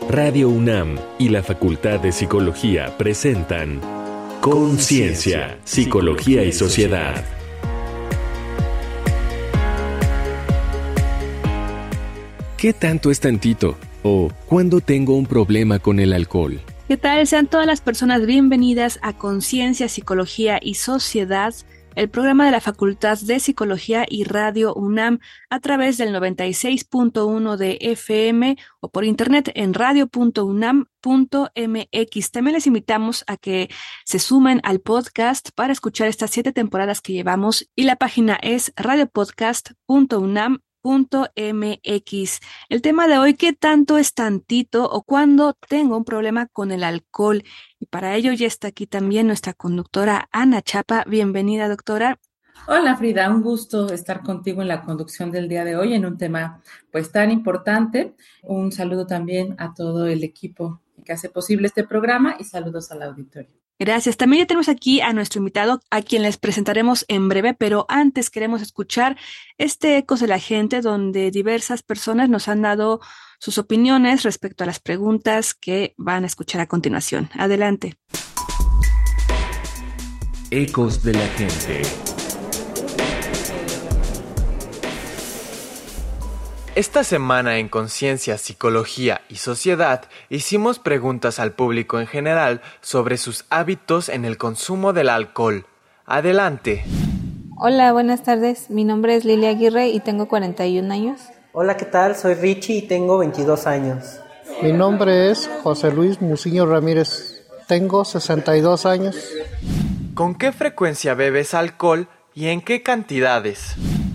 Radio UNAM y la Facultad de Psicología presentan Conciencia, Psicología y Sociedad. ¿Qué tanto es tantito? ¿O cuándo tengo un problema con el alcohol? ¿Qué tal? Sean todas las personas bienvenidas a Conciencia, Psicología y Sociedad, el programa de la Facultad de Psicología y Radio UNAM a través del 96.1 de FM o por internet en radio.unam.mx. También les invitamos a que se sumen al podcast para escuchar estas 7 temporadas que llevamos y la página es radiopodcast.unam.mx. El tema de hoy, ¿qué tanto es tantito o cuándo tengo un problema con el alcohol? Y para ello ya está aquí también nuestra conductora Ana Chapa. Bienvenida, doctora. Hola Frida, un gusto estar contigo en la conducción del día de hoy en un tema pues tan importante. Un saludo también a todo el equipo que hace posible este programa y saludos al auditorio. Gracias. También ya tenemos aquí a nuestro invitado, a quien les presentaremos en breve, pero antes queremos escuchar este Ecos de la Gente, donde diversas personas nos han dado sus opiniones respecto a las preguntas que van a escuchar a continuación. Adelante. Ecos de la Gente. Esta semana en Conciencia, Psicología y Sociedad hicimos preguntas al público en general sobre sus hábitos en el consumo del alcohol. Adelante. Hola, buenas tardes. Mi nombre es Lilia Aguirre y tengo 41 años. Hola, ¿qué tal? Soy Richie y tengo 22 años. Mi nombre es José Luis Muciño Ramírez. Tengo 62 años. ¿Con qué frecuencia bebes alcohol y en qué cantidades?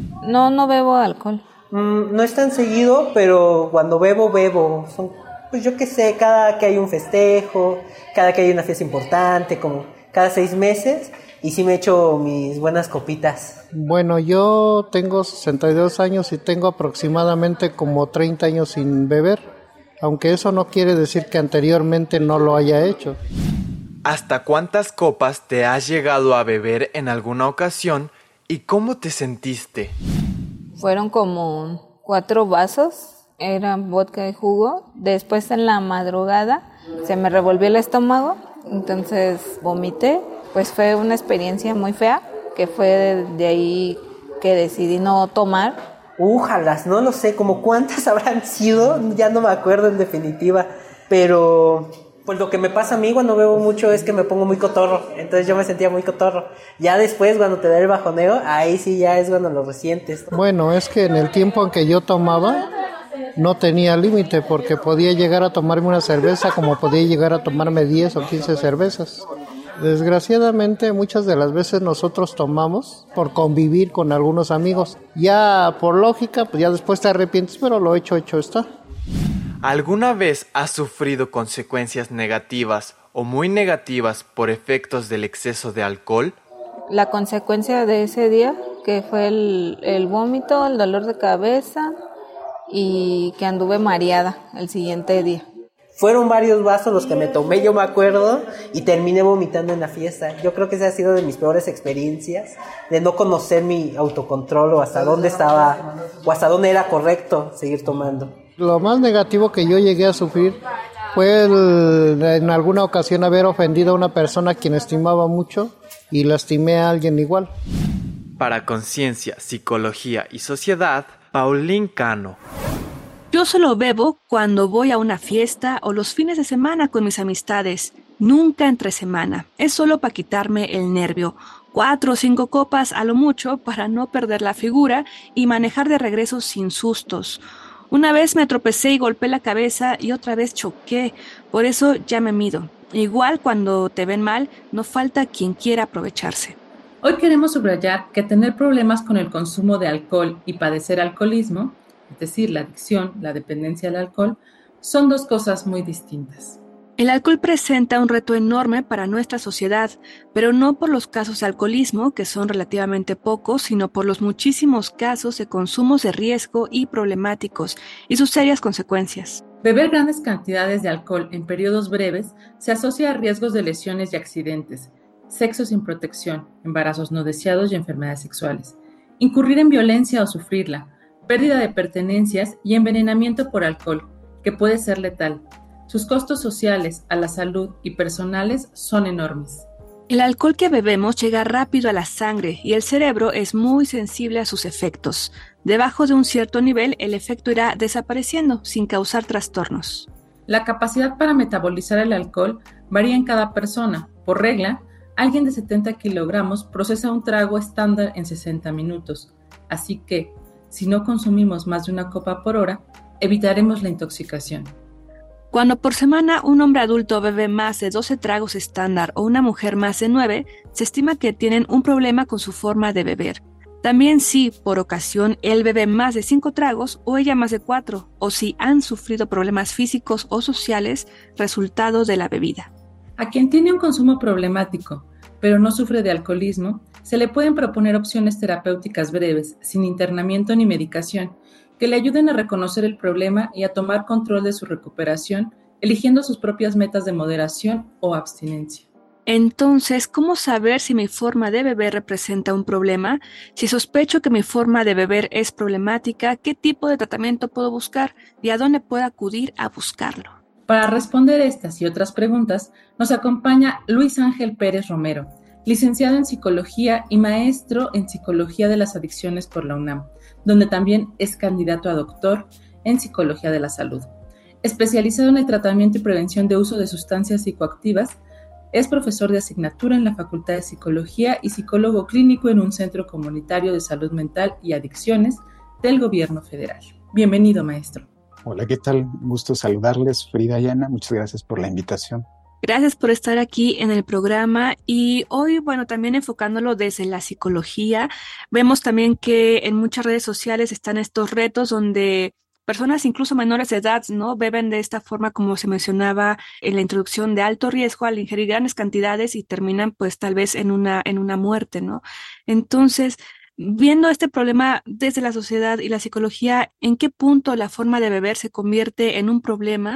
No bebo alcohol. No es tan seguido, pero cuando bebo. Pues yo qué sé, cada que hay un festejo, cada que hay una fiesta importante, como cada 6 meses, y sí me echo mis buenas copitas. Bueno, yo tengo 62 años y tengo aproximadamente como 30 años sin beber, aunque eso no quiere decir que anteriormente no lo haya hecho. ¿Hasta cuántas copas te has llegado a beber en alguna ocasión y cómo te sentiste? Fueron como 4 vasos, eran vodka y jugo. Después en la madrugada se me revolvió el estómago, entonces vomité. Pues fue una experiencia muy fea, que fue de ahí que decidí no tomar. Újalas, no lo sé, como cuántas habrán sido, ya no me acuerdo en definitiva, pero pues lo que me pasa a mí cuando bebo mucho es que me pongo muy cotorro, entonces yo me sentía muy cotorro. Ya después, cuando te da el bajoneo, ahí sí ya es cuando lo resientes. Bueno, es que en el tiempo en que yo tomaba, no tenía límite, porque podía llegar a tomarme una cerveza como podía llegar a tomarme 10 o 15 cervezas. Desgraciadamente, muchas de las veces nosotros tomamos por convivir con algunos amigos. Ya por lógica, pues ya después te arrepientes, pero lo hecho está. ¿Alguna vez has sufrido consecuencias negativas o muy negativas por efectos del exceso de alcohol? La consecuencia de ese día, que fue el vómito, el dolor de cabeza y que anduve mareada el siguiente día. Fueron varios vasos los que me tomé, yo me acuerdo, y terminé vomitando en la fiesta. Yo creo que esa ha sido de mis peores experiencias, de no conocer mi autocontrol o hasta dónde estaba, o hasta dónde era correcto seguir tomando. Lo más negativo que yo llegué a sufrir fue en alguna ocasión haber ofendido a una persona a quien estimaba mucho y lastimé a alguien igual. Para Conciencia, Psicología y Sociedad, Paulín Cano. Yo solo bebo cuando voy a una fiesta o los fines de semana con mis amistades, nunca entre semana. Es solo para quitarme el nervio. 4 o 5 copas a lo mucho para no perder la figura y manejar de regreso sin sustos. Una vez me tropecé y golpeé la cabeza y otra vez choqué, por eso ya me mido. Igual cuando te ven mal, no falta quien quiera aprovecharse. Hoy queremos subrayar que tener problemas con el consumo de alcohol y padecer alcoholismo, es decir, la adicción, la dependencia al alcohol, son 2 cosas muy distintas. El alcohol presenta un reto enorme para nuestra sociedad, pero no por los casos de alcoholismo, que son relativamente pocos, sino por los muchísimos casos de consumos de riesgo y problemáticos y sus serias consecuencias. Beber grandes cantidades de alcohol en periodos breves se asocia a riesgos de lesiones y accidentes, sexo sin protección, embarazos no deseados y enfermedades sexuales, incurrir en violencia o sufrirla, pérdida de pertenencias y envenenamiento por alcohol, que puede ser letal. Sus costos sociales a la salud y personales son enormes. El alcohol que bebemos llega rápido a la sangre y el cerebro es muy sensible a sus efectos. Debajo de un cierto nivel, el efecto irá desapareciendo sin causar trastornos. La capacidad para metabolizar el alcohol varía en cada persona. Por regla, alguien de 70 kilogramos procesa un trago estándar en 60 minutos. Así que, si no consumimos más de una copa por hora, evitaremos la intoxicación. Cuando por semana un hombre adulto bebe más de 12 tragos estándar o una mujer más de 9, se estima que tienen un problema con su forma de beber. También si, por ocasión, él bebe más de 5 tragos o ella más de 4, o si han sufrido problemas físicos o sociales resultado de la bebida. A quien tiene un consumo problemático, pero no sufre de alcoholismo, se le pueden proponer opciones terapéuticas breves, sin internamiento ni medicación, que le ayuden a reconocer el problema y a tomar control de su recuperación, eligiendo sus propias metas de moderación o abstinencia. Entonces, ¿cómo saber si mi forma de beber representa un problema? Si sospecho que mi forma de beber es problemática, ¿qué tipo de tratamiento puedo buscar y a dónde puedo acudir a buscarlo? Para responder estas y otras preguntas, nos acompaña Luis Ángel Pérez Romero, licenciado en Psicología y maestro en Psicología de las Adicciones por la UNAM, donde también es candidato a doctor en Psicología de la Salud. Especializado en el tratamiento y prevención de uso de sustancias psicoactivas, es profesor de asignatura en la Facultad de Psicología y psicólogo clínico en un centro comunitario de salud mental y adicciones del Gobierno Federal. Bienvenido, maestro. Hola, ¿qué tal? Gusto saludarles, Frida y Ana. Muchas gracias por la invitación. Gracias por estar aquí en el programa y hoy, también enfocándolo desde la psicología, vemos también que en muchas redes sociales están estos retos donde personas incluso menores de edad, ¿no? Beben de esta forma, como se mencionaba en la introducción, de alto riesgo al ingerir grandes cantidades y terminan pues tal vez en una muerte, ¿no? Entonces, viendo este problema desde la sociedad y la psicología, ¿en qué punto la forma de beber se convierte en un problema?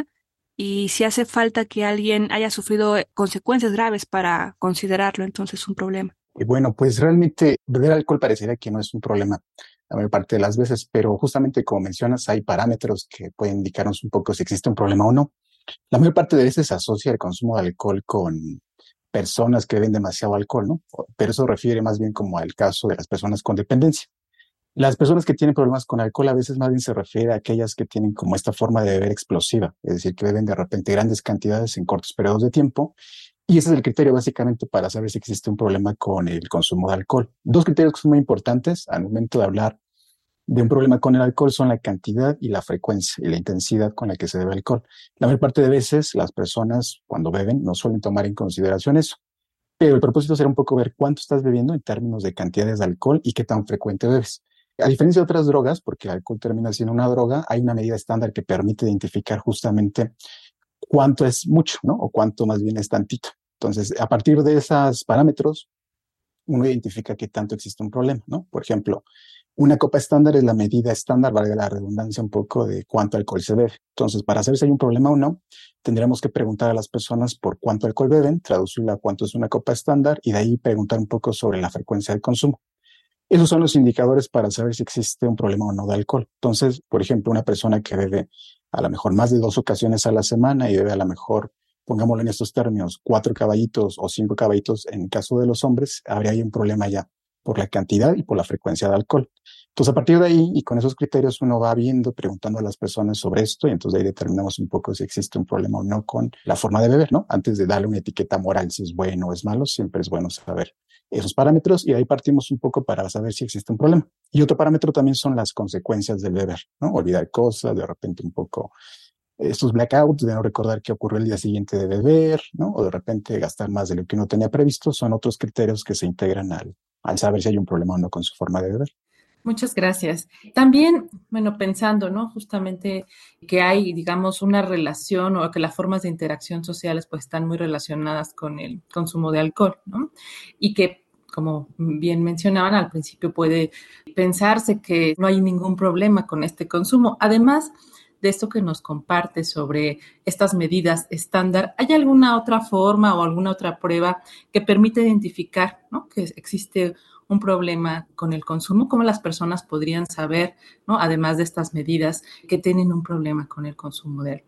Y si hace falta que alguien haya sufrido consecuencias graves para considerarlo entonces un problema. Y bueno, pues realmente beber alcohol parecería que no es un problema la mayor parte de las veces, pero justamente como mencionas, hay parámetros que pueden indicarnos un poco si existe un problema o no. La mayor parte de veces se asocia el consumo de alcohol con personas que beben demasiado alcohol, ¿no? Pero eso refiere más bien como al caso de las personas con dependencia. Las personas que tienen problemas con alcohol a veces más bien se refiere a aquellas que tienen como esta forma de beber explosiva, es decir, que beben de repente grandes cantidades en cortos periodos de tiempo. Y ese es el criterio básicamente para saber si existe un problema con el consumo de alcohol. Dos criterios que son muy importantes al momento de hablar de un problema con el alcohol son la cantidad y la frecuencia y la intensidad con la que se bebe alcohol. La mayor parte de veces las personas cuando beben no suelen tomar en consideración eso. Pero el propósito será un poco ver cuánto estás bebiendo en términos de cantidades de alcohol y qué tan frecuente bebes. A diferencia de otras drogas, porque el alcohol termina siendo una droga, hay una medida estándar que permite identificar justamente cuánto es mucho, ¿no? O cuánto más bien es tantito. Entonces, a partir de esos parámetros, uno identifica qué tanto existe un problema, ¿no? Por ejemplo, una copa estándar es la medida estándar, valga la redundancia un poco, de cuánto alcohol se bebe. Entonces, para saber si hay un problema o no, tendremos que preguntar a las personas por cuánto alcohol beben, traducirlo a cuánto es una copa estándar y de ahí preguntar un poco sobre la frecuencia del consumo. Esos son los indicadores para saber si existe un problema o no de alcohol. Entonces, por ejemplo, una persona que bebe a lo mejor más de 2 ocasiones a la semana y bebe a lo mejor, pongámoslo en estos términos, 4 caballitos o 5 caballitos en el caso de los hombres, habría ahí un problema ya por la cantidad y por la frecuencia de alcohol. Entonces, a partir de ahí y con esos criterios uno va viendo, preguntando a las personas sobre esto y entonces ahí determinamos un poco si existe un problema o no con la forma de beber, ¿no? Antes de darle una etiqueta moral si es bueno o es malo, siempre es bueno saber esos parámetros y de ahí partimos un poco para saber si existe un problema. Y otro parámetro también son las consecuencias del beber, ¿no? Olvidar cosas, de repente un poco estos blackouts de no recordar qué ocurrió el día siguiente de beber, ¿no? O de repente gastar más de lo que uno tenía previsto, son otros criterios que se integran al saber si hay un problema o no con su forma de beber. Muchas gracias. También, pensando, ¿no? Justamente que hay, digamos, una relación o que las formas de interacción sociales pues están muy relacionadas con el consumo de alcohol, ¿no? Y que, como bien mencionaban al principio, puede pensarse que no hay ningún problema con este consumo. Además de esto que nos comparte sobre estas medidas estándar, ¿hay alguna otra forma o alguna otra prueba que permite identificar, ¿no?, que existe un problema con el consumo? ¿Cómo las personas podrían saber, ¿no?, además de estas medidas, que tienen un problema con el consumo de alcohol?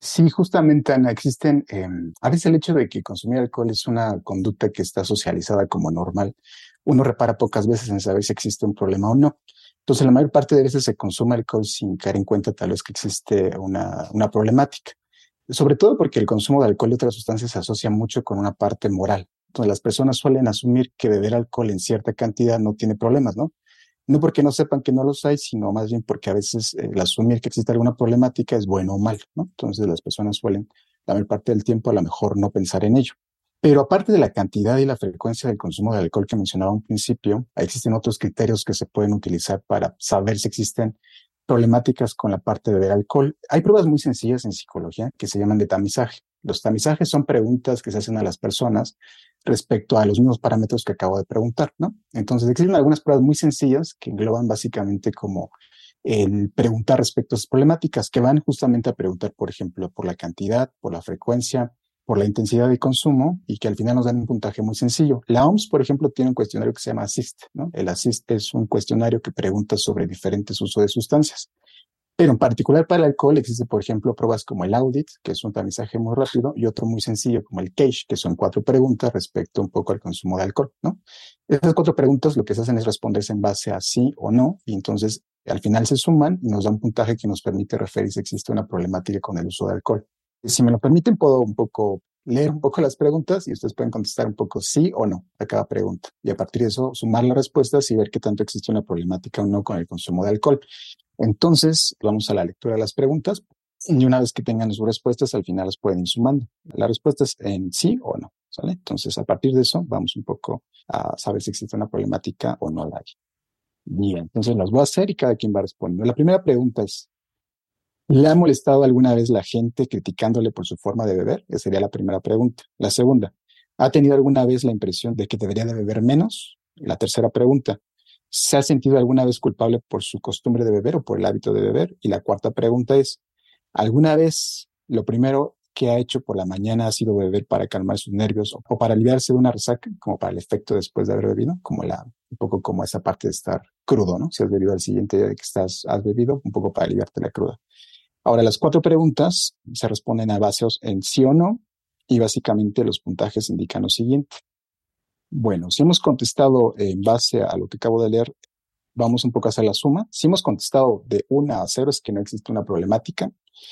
Sí, justamente, Ana, existen, a veces el hecho de que consumir alcohol es una conducta que está socializada como normal. Uno repara pocas veces en saber si existe un problema o no. Entonces, la mayor parte de veces se consume alcohol sin caer en cuenta tal vez que existe una problemática. Sobre todo porque el consumo de alcohol y otras sustancias se asocia mucho con una parte moral. Entonces, las personas suelen asumir que beber alcohol en cierta cantidad no tiene problemas, ¿no? No porque no sepan que no los hay, sino más bien porque a veces el asumir que existe alguna problemática es bueno o malo, ¿no? Entonces las personas suelen, la mayor parte del tiempo, a lo mejor no pensar en ello. Pero aparte de la cantidad y la frecuencia del consumo de alcohol que mencionaba al principio, existen otros criterios que se pueden utilizar para saber si existen problemáticas con la parte de beber alcohol. Hay pruebas muy sencillas en psicología que se llaman de tamizaje. Los tamizajes son preguntas que se hacen a las personas respecto a los mismos parámetros que acabo de preguntar, ¿no? Entonces existen algunas pruebas muy sencillas que engloban básicamente como el preguntar respecto a esas problemáticas, que van justamente a preguntar, por ejemplo, por la cantidad, por la frecuencia, por la intensidad de consumo, y que al final nos dan un puntaje muy sencillo. La OMS, por ejemplo, tiene un cuestionario que se llama ASIST, ¿no? El ASIST es un cuestionario que pregunta sobre diferentes usos de sustancias. Pero en particular para el alcohol existe, por ejemplo, pruebas como el Audit, que es un tamizaje muy rápido, y otro muy sencillo como el CAGE, que son 4 preguntas respecto un poco al consumo de alcohol, ¿no? Esas 4 preguntas lo que se hacen es responderse en base a sí o no, y entonces al final se suman y nos da un puntaje que nos permite referir si existe una problemática con el uso de alcohol. Si me lo permiten, puedo un poco leer un poco las preguntas y ustedes pueden contestar un poco sí o no a cada pregunta. Y a partir de eso, sumar las respuestas y ver qué tanto existe una problemática o no con el consumo de alcohol. Entonces, vamos a la lectura de las preguntas y una vez que tengan sus respuestas, al final las pueden ir sumando. La respuesta es en sí o no, ¿sale? Entonces, a partir de eso, vamos un poco a saber si existe una problemática o no la hay. Bien, entonces las voy a hacer y cada quien va respondiendo. La primera pregunta es, ¿le ha molestado alguna vez la gente criticándole por su forma de beber? Esa sería la primera pregunta. La segunda, ¿ha tenido alguna vez la impresión de que debería de beber menos? La tercera pregunta, ¿se ha sentido alguna vez culpable por su costumbre de beber o por el hábito de beber? Y la cuarta pregunta es, ¿alguna vez lo primero que ha hecho por la mañana ha sido beber para calmar sus nervios o para aliviarse de una resaca, como para el efecto después de haber bebido? Un poco como esa parte de estar crudo, ¿no? Si has bebido al siguiente día de que has bebido, un poco para aliviarte la cruda. Ahora, las 4 preguntas se responden a base en sí o no, y básicamente los puntajes indican lo siguiente. Bueno, si hemos contestado en base a lo que acabo de leer, vamos un poco a hacer la suma. Si hemos contestado de 1 a 0 es que no existe una problemática.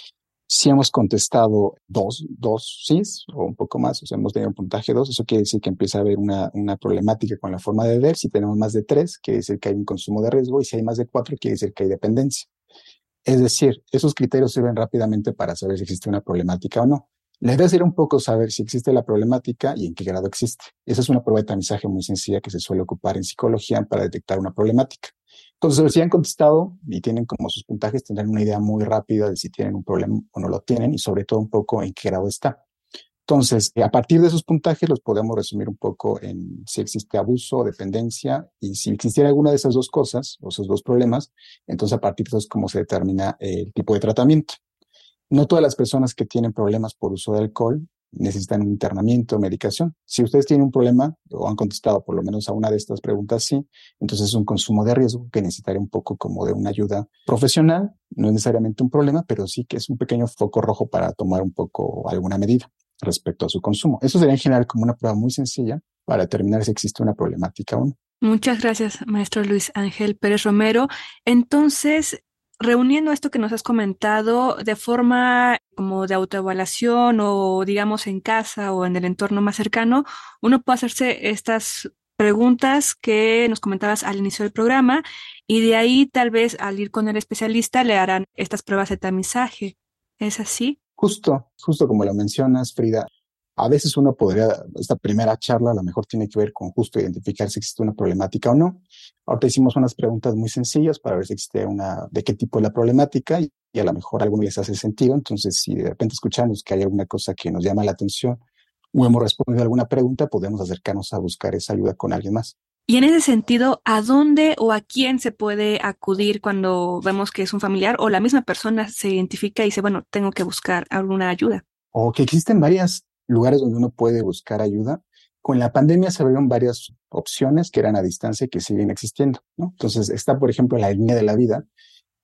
Si hemos contestado 2 sís o un poco más, o sea, hemos tenido un puntaje 2, eso quiere decir que empieza a haber una problemática con la forma de beber. Si tenemos más de 3, quiere decir que hay un consumo de riesgo, y si hay más de 4, quiere decir que hay dependencia. Es decir, esos criterios sirven rápidamente para saber si existe una problemática o no. La idea sería un poco saber si existe la problemática y en qué grado existe. Esa es una prueba de tamizaje muy sencilla que se suele ocupar en psicología para detectar una problemática. Entonces, si han contestado y tienen como sus puntajes, tendrán una idea muy rápida de si tienen un problema o no lo tienen, y sobre todo un poco en qué grado está. Entonces, a partir de esos puntajes los podemos resumir un poco en si existe abuso o dependencia, y si existiera alguna de esas dos cosas o esos dos problemas, entonces a partir de eso es cómo se determina el tipo de tratamiento. No todas las personas que tienen problemas por uso de alcohol necesitan un internamiento o medicación. Si ustedes tienen un problema o han contestado por lo menos a una de estas preguntas sí, entonces es un consumo de riesgo que necesitaría un poco como de una ayuda profesional. No es necesariamente un problema, pero sí que es un pequeño foco rojo para tomar un poco alguna medida respecto a su consumo. Eso sería en general como una prueba muy sencilla para determinar si existe una problemática o no. Muchas gracias, maestro Luis Ángel Pérez Romero. Entonces, reuniendo esto que nos has comentado de forma como de autoevaluación o digamos en casa o en el entorno más cercano, uno puede hacerse estas preguntas que nos comentabas al inicio del programa, y de ahí tal vez al ir con el especialista le harán estas pruebas de tamizaje. ¿Es así? Justo como lo mencionas, Frida, a veces uno esta primera charla a lo mejor tiene que ver con justo identificar si existe una problemática o no. Ahorita hicimos unas preguntas muy sencillas para ver si existe de qué tipo es la problemática, y a lo mejor a alguno les hace sentido. Entonces, si de repente escuchamos que hay alguna cosa que nos llama la atención o hemos respondido a alguna pregunta, podemos acercarnos a buscar esa ayuda con alguien más. Y en ese sentido, ¿a dónde o a quién se puede acudir cuando vemos que es un familiar o la misma persona se identifica y dice, bueno, tengo que buscar alguna ayuda? O que existen varios lugares donde uno puede buscar ayuda. Con la pandemia se abrieron varias opciones que eran a distancia y que siguen existiendo, ¿no? Entonces está, por ejemplo, la línea de la vida,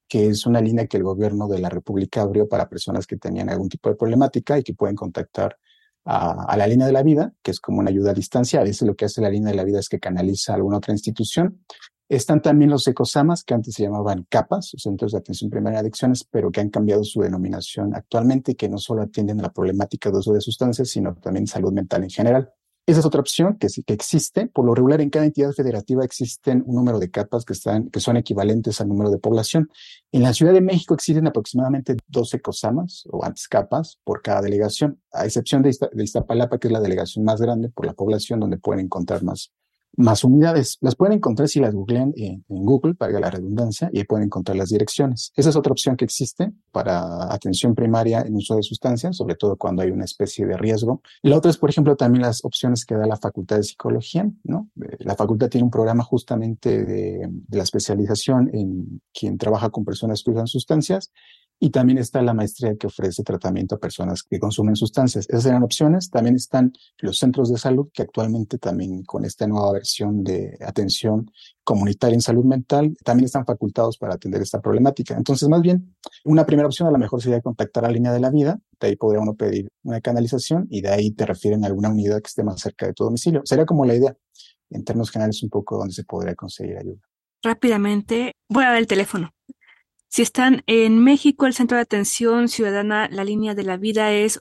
que es una línea que el gobierno de la República abrió para personas que tenían algún tipo de problemática y que pueden contactar a la línea de la vida, que es como una ayuda a distancia. A veces lo que hace la línea de la vida es que canaliza a alguna otra institución. Están también los ECOSAMAS, que antes se llamaban CAPAS, o Centros de Atención Primaria a Adicciones, pero que han cambiado su denominación actualmente, que no solo atienden a la problemática de uso de sustancias, sino también salud mental en general. Esa es otra opción que sí que existe. Por lo regular, en cada entidad federativa existen un número de capas que son equivalentes al número de población. En la Ciudad de México existen aproximadamente 12 COSAMAS o antes capas por cada delegación, a excepción de Iztapalapa, que es la delegación más grande por la población, donde pueden encontrar más unidades. Las pueden encontrar si las googlean en Google, para la redundancia, y ahí pueden encontrar las direcciones. Esa es otra opción que existe para atención primaria en uso de sustancias, sobre todo cuando hay una especie de riesgo. La otra es, por ejemplo, también las opciones que da la Facultad de Psicología, ¿no? La facultad tiene un programa justamente de la especialización en quien trabaja con personas que usan sustancias, y también está la maestría que ofrece tratamiento a personas que consumen sustancias. Esas eran opciones. También están los centros de salud, que actualmente también con esta nueva versión de atención comunitaria en salud mental, también están facultados para atender esta problemática. Entonces, más bien, una primera opción a lo mejor sería contactar a la línea de la vida. De ahí podría uno pedir una canalización y de ahí te refieren a alguna unidad que esté más cerca de tu domicilio. Sería como la idea. En términos generales, un poco donde se podría conseguir ayuda. Rápidamente, voy a dar el teléfono. Si están en México, el Centro de Atención Ciudadana, la línea de la vida es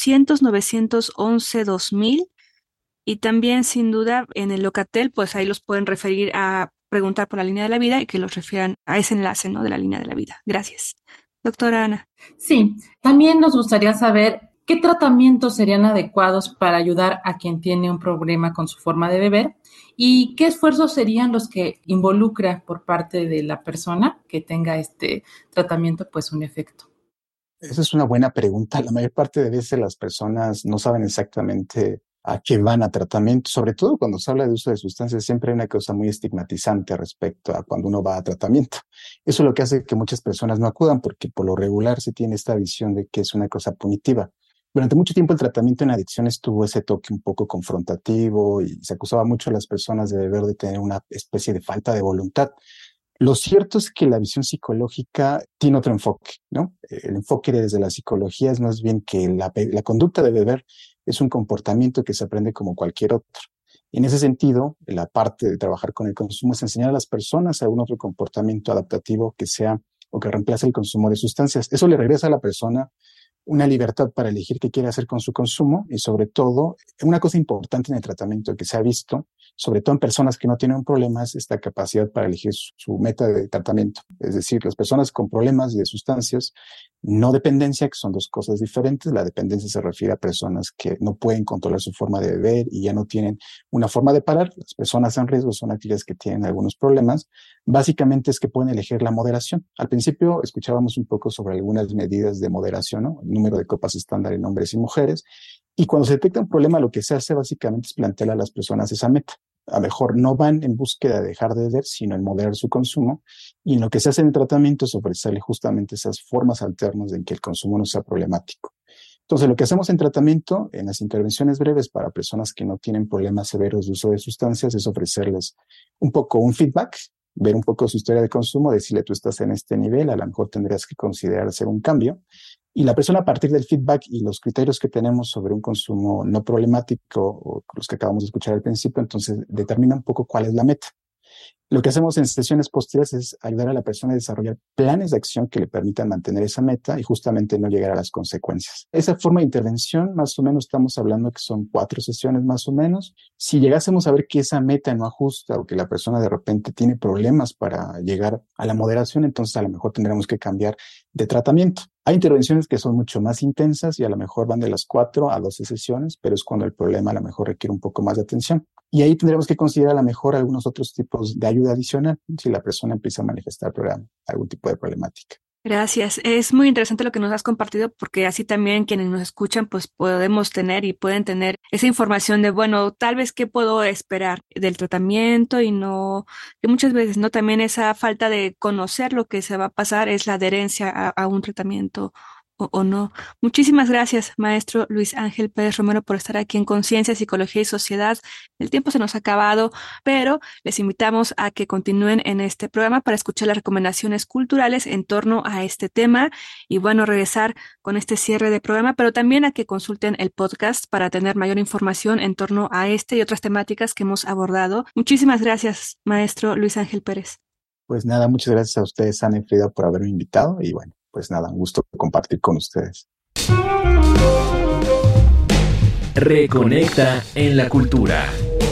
800-911-2000. Y también, sin duda, en el Locatel, pues ahí los pueden referir a preguntar por la línea de la vida y que los refieran a ese enlace, ¿no?, de la línea de la vida. Gracias. Doctora Ana. Sí, también nos gustaría saber qué tratamientos serían adecuados para ayudar a quien tiene un problema con su forma de beber y qué esfuerzos serían los que involucra por parte de la persona que tenga este tratamiento, pues un efecto. Esa es una buena pregunta. La mayor parte de veces las personas no saben exactamente a qué van a tratamiento, sobre todo cuando se habla de uso de sustancias, siempre hay una cosa muy estigmatizante respecto a cuando uno va a tratamiento. Eso es lo que hace que muchas personas no acudan, porque por lo regular se tiene esta visión de que es una cosa punitiva. Durante mucho tiempo el tratamiento en adicciones tuvo ese toque un poco confrontativo y se acusaba mucho a las personas de deber de tener una especie de falta de voluntad. Lo cierto es que la visión psicológica tiene otro enfoque, ¿no? El enfoque desde la psicología es más bien que la conducta de beber es un comportamiento que se aprende como cualquier otro. Y en ese sentido, la parte de trabajar con el consumo es enseñar a las personas algún otro comportamiento adaptativo que sea o que reemplace el consumo de sustancias. Eso le regresa a la persona una libertad para elegir qué quiere hacer con su consumo y, sobre todo, una cosa importante en el tratamiento que se ha visto, sobre todo en personas que no tienen problemas, esta capacidad para elegir su meta de tratamiento. Es decir, las personas con problemas de sustancias, no dependencia, que son dos cosas diferentes. La dependencia se refiere a personas que no pueden controlar su forma de beber y ya no tienen una forma de parar. Las personas en riesgo son aquellas que tienen algunos problemas. Básicamente es que pueden elegir la moderación. Al principio escuchábamos un poco sobre algunas medidas de moderación, ¿no? El número de copas estándar en hombres y mujeres. Y cuando se detecta un problema, lo que se hace básicamente es plantear a las personas esa meta. A lo mejor no van en búsqueda de dejar de beber, sino en moderar su consumo. Y en lo que se hace en el tratamiento es ofrecerle justamente esas formas alternas en que el consumo no sea problemático. Entonces, lo que hacemos en tratamiento, en las intervenciones breves para personas que no tienen problemas severos de uso de sustancias, es ofrecerles un poco un feedback, ver un poco su historia de consumo, decirle tú estás en este nivel, a lo mejor tendrías que considerar hacer un cambio. Y la persona, a partir del feedback y los criterios que tenemos sobre un consumo no problemático, o los que acabamos de escuchar al principio, entonces determina un poco cuál es la meta. Lo que hacemos en sesiones posteriores es ayudar a la persona a desarrollar planes de acción que le permitan mantener esa meta y justamente no llegar a las consecuencias. Esa forma de intervención, más o menos estamos hablando que son 4 sesiones más o menos. Si llegásemos a ver que esa meta no ajusta o que la persona de repente tiene problemas para llegar a la moderación, entonces a lo mejor tendremos que cambiar de tratamiento. Hay intervenciones que son mucho más intensas y a lo mejor van de las 4 a 12 sesiones, pero es cuando el problema a lo mejor requiere un poco más de atención. Y ahí tendremos que considerar a lo mejor algunos otros tipos de ayuda adicional si la persona empieza a manifestar algún tipo de problemática. Gracias. Es muy interesante lo que nos has compartido porque así también quienes nos escuchan pues podemos tener y pueden tener esa información de, bueno, tal vez qué puedo esperar del tratamiento y no, que muchas veces, ¿no? También esa falta de conocer lo que se va a pasar es la adherencia a un tratamiento o no. Muchísimas gracias, maestro Luis Ángel Pérez Romero, por estar aquí en Conciencia, Psicología y Sociedad. El tiempo se nos ha acabado, pero les invitamos a que continúen en este programa para escuchar las recomendaciones culturales en torno a este tema y bueno, regresar con este cierre de programa, pero también a que consulten el podcast para tener mayor información en torno a este y otras temáticas que hemos abordado. Muchísimas gracias, maestro Luis Ángel Pérez. Pues nada, muchas gracias a ustedes, Ana y Frida, por haberme invitado y bueno, pues nada, un gusto compartir con ustedes. Reconecta en la cultura.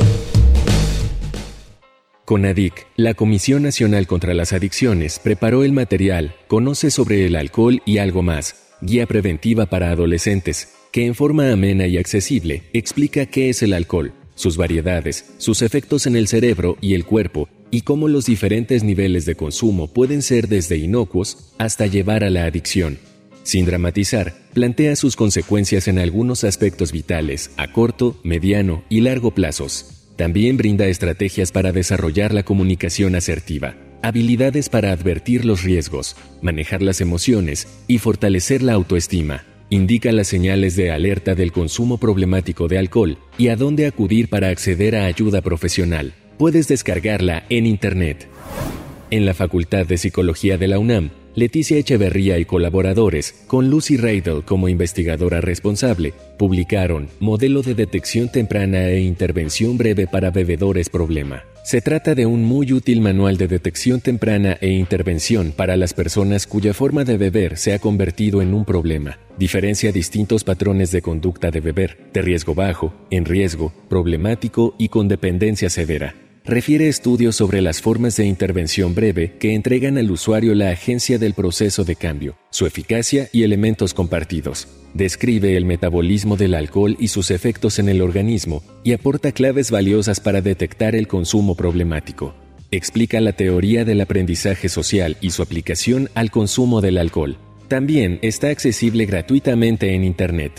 CONADIC, la Comisión Nacional contra las Adicciones, preparó el material Conoce sobre el alcohol y algo más, guía preventiva para adolescentes, que en forma amena y accesible explica qué es el alcohol, sus variedades, sus efectos en el cerebro y el cuerpo, y cómo los diferentes niveles de consumo pueden ser desde inocuos hasta llevar a la adicción. Sin dramatizar, plantea sus consecuencias en algunos aspectos vitales a corto, mediano y largo plazos. También brinda estrategias para desarrollar la comunicación asertiva, habilidades para advertir los riesgos, manejar las emociones y fortalecer la autoestima. Indica las señales de alerta del consumo problemático de alcohol y a dónde acudir para acceder a ayuda profesional. Puedes descargarla en Internet. En la Facultad de Psicología de la UNAM, Leticia Echeverría y colaboradores, con Lucy Reidel como investigadora responsable, publicaron Modelo de Detección Temprana e Intervención Breve para Bebedores Problema. Se trata de un muy útil manual de detección temprana e intervención para las personas cuya forma de beber se ha convertido en un problema. Diferencia distintos patrones de conducta de beber, de riesgo bajo, en riesgo, problemático y con dependencia severa. Refiere estudios sobre las formas de intervención breve que entregan al usuario la agencia del proceso de cambio, su eficacia y elementos compartidos. Describe el metabolismo del alcohol y sus efectos en el organismo y aporta claves valiosas para detectar el consumo problemático. Explica la teoría del aprendizaje social y su aplicación al consumo del alcohol. También está accesible gratuitamente en Internet.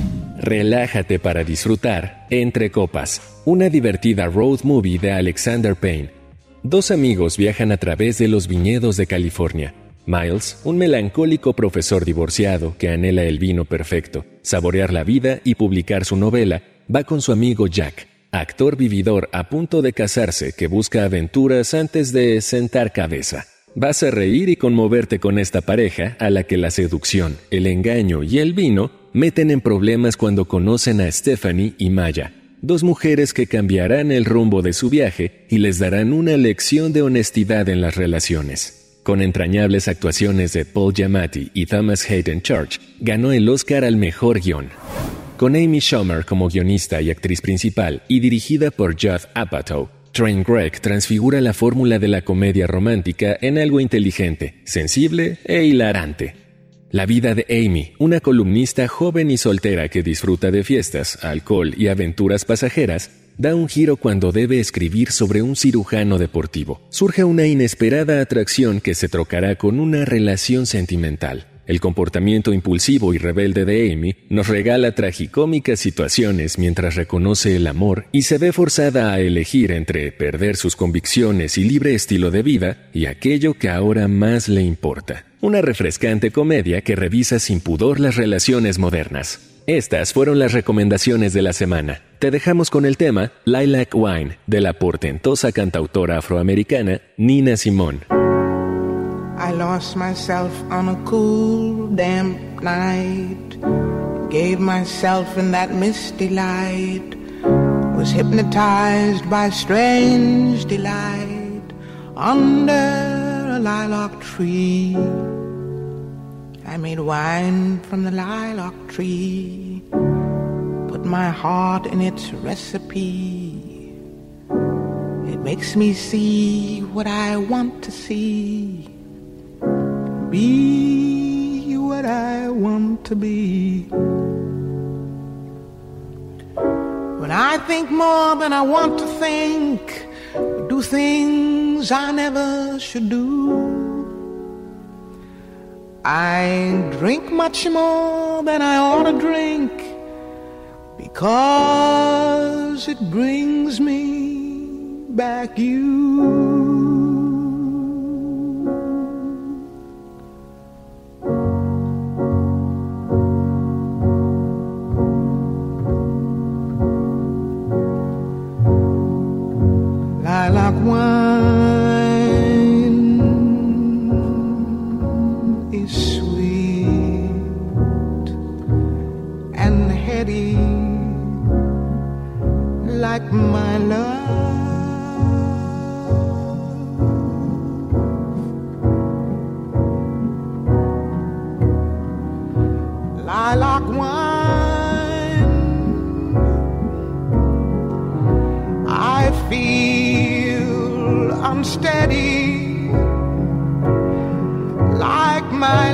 Relájate para disfrutar Entre Copas, una divertida road movie de Alexander Payne. Dos amigos viajan a través de los viñedos de California. Miles, un melancólico profesor divorciado que anhela el vino perfecto, saborear la vida y publicar su novela, va con su amigo Jack, actor vividor a punto de casarse que busca aventuras antes de sentar cabeza. Vas a reír y conmoverte con esta pareja a la que la seducción, el engaño y el vino meten en problemas cuando conocen a Stephanie y Maya, dos mujeres que cambiarán el rumbo de su viaje y les darán una lección de honestidad en las relaciones. Con entrañables actuaciones de Paul Giamatti y Thomas Hayden Church, ganó el Oscar al mejor guión. Con Amy Schumer como guionista y actriz principal y dirigida por Judd Apatow, Trainwreck transfigura la fórmula de la comedia romántica en algo inteligente, sensible e hilarante. La vida de Amy, una columnista joven y soltera que disfruta de fiestas, alcohol y aventuras pasajeras, da un giro cuando debe escribir sobre un cirujano deportivo. Surge una inesperada atracción que se trocará con una relación sentimental. El comportamiento impulsivo y rebelde de Amy nos regala tragicómicas situaciones mientras reconoce el amor y se ve forzada a elegir entre perder sus convicciones y libre estilo de vida y aquello que ahora más le importa. Una refrescante comedia que revisa sin pudor las relaciones modernas. Estas fueron las recomendaciones de la semana. Te dejamos con el tema Lilac Wine de la portentosa cantautora afroamericana Nina Simone. I lost myself on a cool, damp night. Gave myself in that misty light. Was hypnotized by strange delight. Under a lilac tree. I made wine from the lilac tree. Put my heart in its recipe. It makes me see what I want to see. Be what I want to be. When I think more than I want to think, do things I never should do. I drink much more than I ought to drink, because it brings me back you. unsteady like my love. Lilac wine, I feel unsteady like my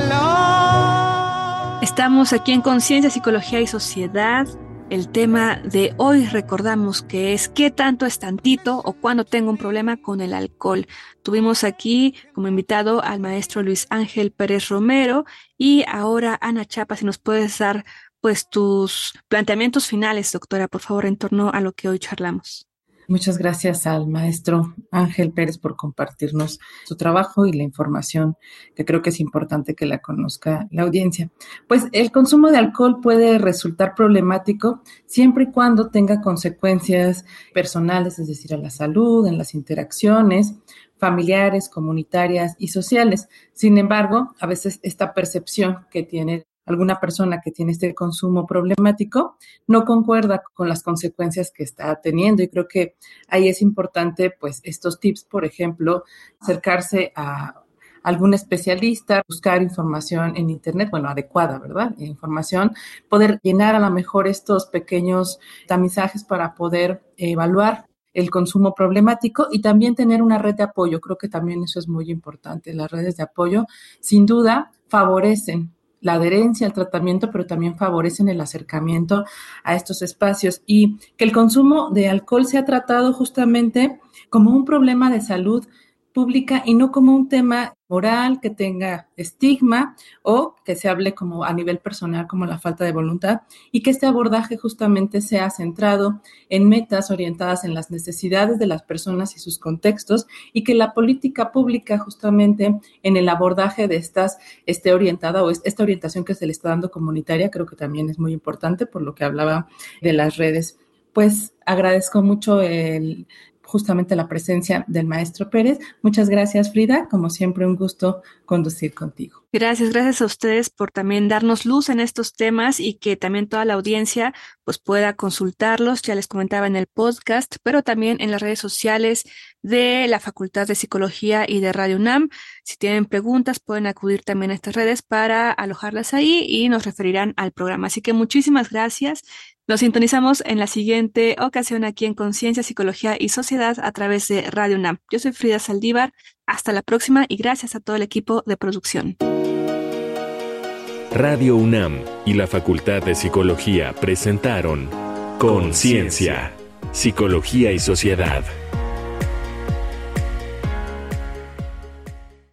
love. Estamos aquí en Conciencia, Psicología y Sociedad. El tema de hoy recordamos que es ¿qué tanto es tantito o cuando tengo un problema con el alcohol? Tuvimos aquí como invitado al maestro Luis Ángel Pérez Romero y ahora Ana Chapa, si nos puedes dar pues tus planteamientos finales, doctora, por favor, en torno a lo que hoy charlamos. Muchas gracias al maestro Ángel Pérez por compartirnos su trabajo y la información que creo que es importante que la conozca la audiencia. Pues el consumo de alcohol puede resultar problemático siempre y cuando tenga consecuencias personales, es decir, a la salud, en las interacciones familiares, comunitarias y sociales. Sin embargo, a veces esta percepción que tiene alguna persona que tiene este consumo problemático no concuerda con las consecuencias que está teniendo, y creo que ahí es importante pues estos tips, por ejemplo, acercarse a algún especialista, buscar información en internet, bueno, adecuada, ¿verdad? Información, poder llenar a lo mejor estos pequeños tamizajes para poder evaluar el consumo problemático y también tener una red de apoyo. Creo que también eso es muy importante. Las redes de apoyo, sin duda, favorecen la adherencia al tratamiento, pero también favorecen el acercamiento a estos espacios, y que el consumo de alcohol sea tratado justamente como un problema de salud pública y no como un tema moral que tenga estigma o que se hable como a nivel personal como la falta de voluntad, y que este abordaje justamente sea centrado en metas orientadas en las necesidades de las personas y sus contextos, y que la política pública justamente en el abordaje de estas esté orientada, o esta orientación que se le está dando comunitaria, creo que también es muy importante por lo que hablaba de las redes. Pues agradezco mucho justamente la presencia del maestro Pérez. Muchas gracias, Frida. Como siempre, un gusto conducir contigo. Gracias a ustedes por también darnos luz en estos temas y que también toda la audiencia pues pueda consultarlos. Ya les comentaba en el podcast, pero también en las redes sociales de la Facultad de Psicología y de Radio UNAM. Si tienen preguntas, pueden acudir también a estas redes para alojarlas ahí y nos referirán al programa. Así que muchísimas gracias. Nos sintonizamos en la siguiente ocasión aquí en Conciencia, Psicología y Sociedad a través de Radio UNAM. Yo soy Frida Saldívar. Hasta la próxima y gracias a todo el equipo de producción. Radio UNAM y la Facultad de Psicología presentaron Conciencia, Psicología y Sociedad.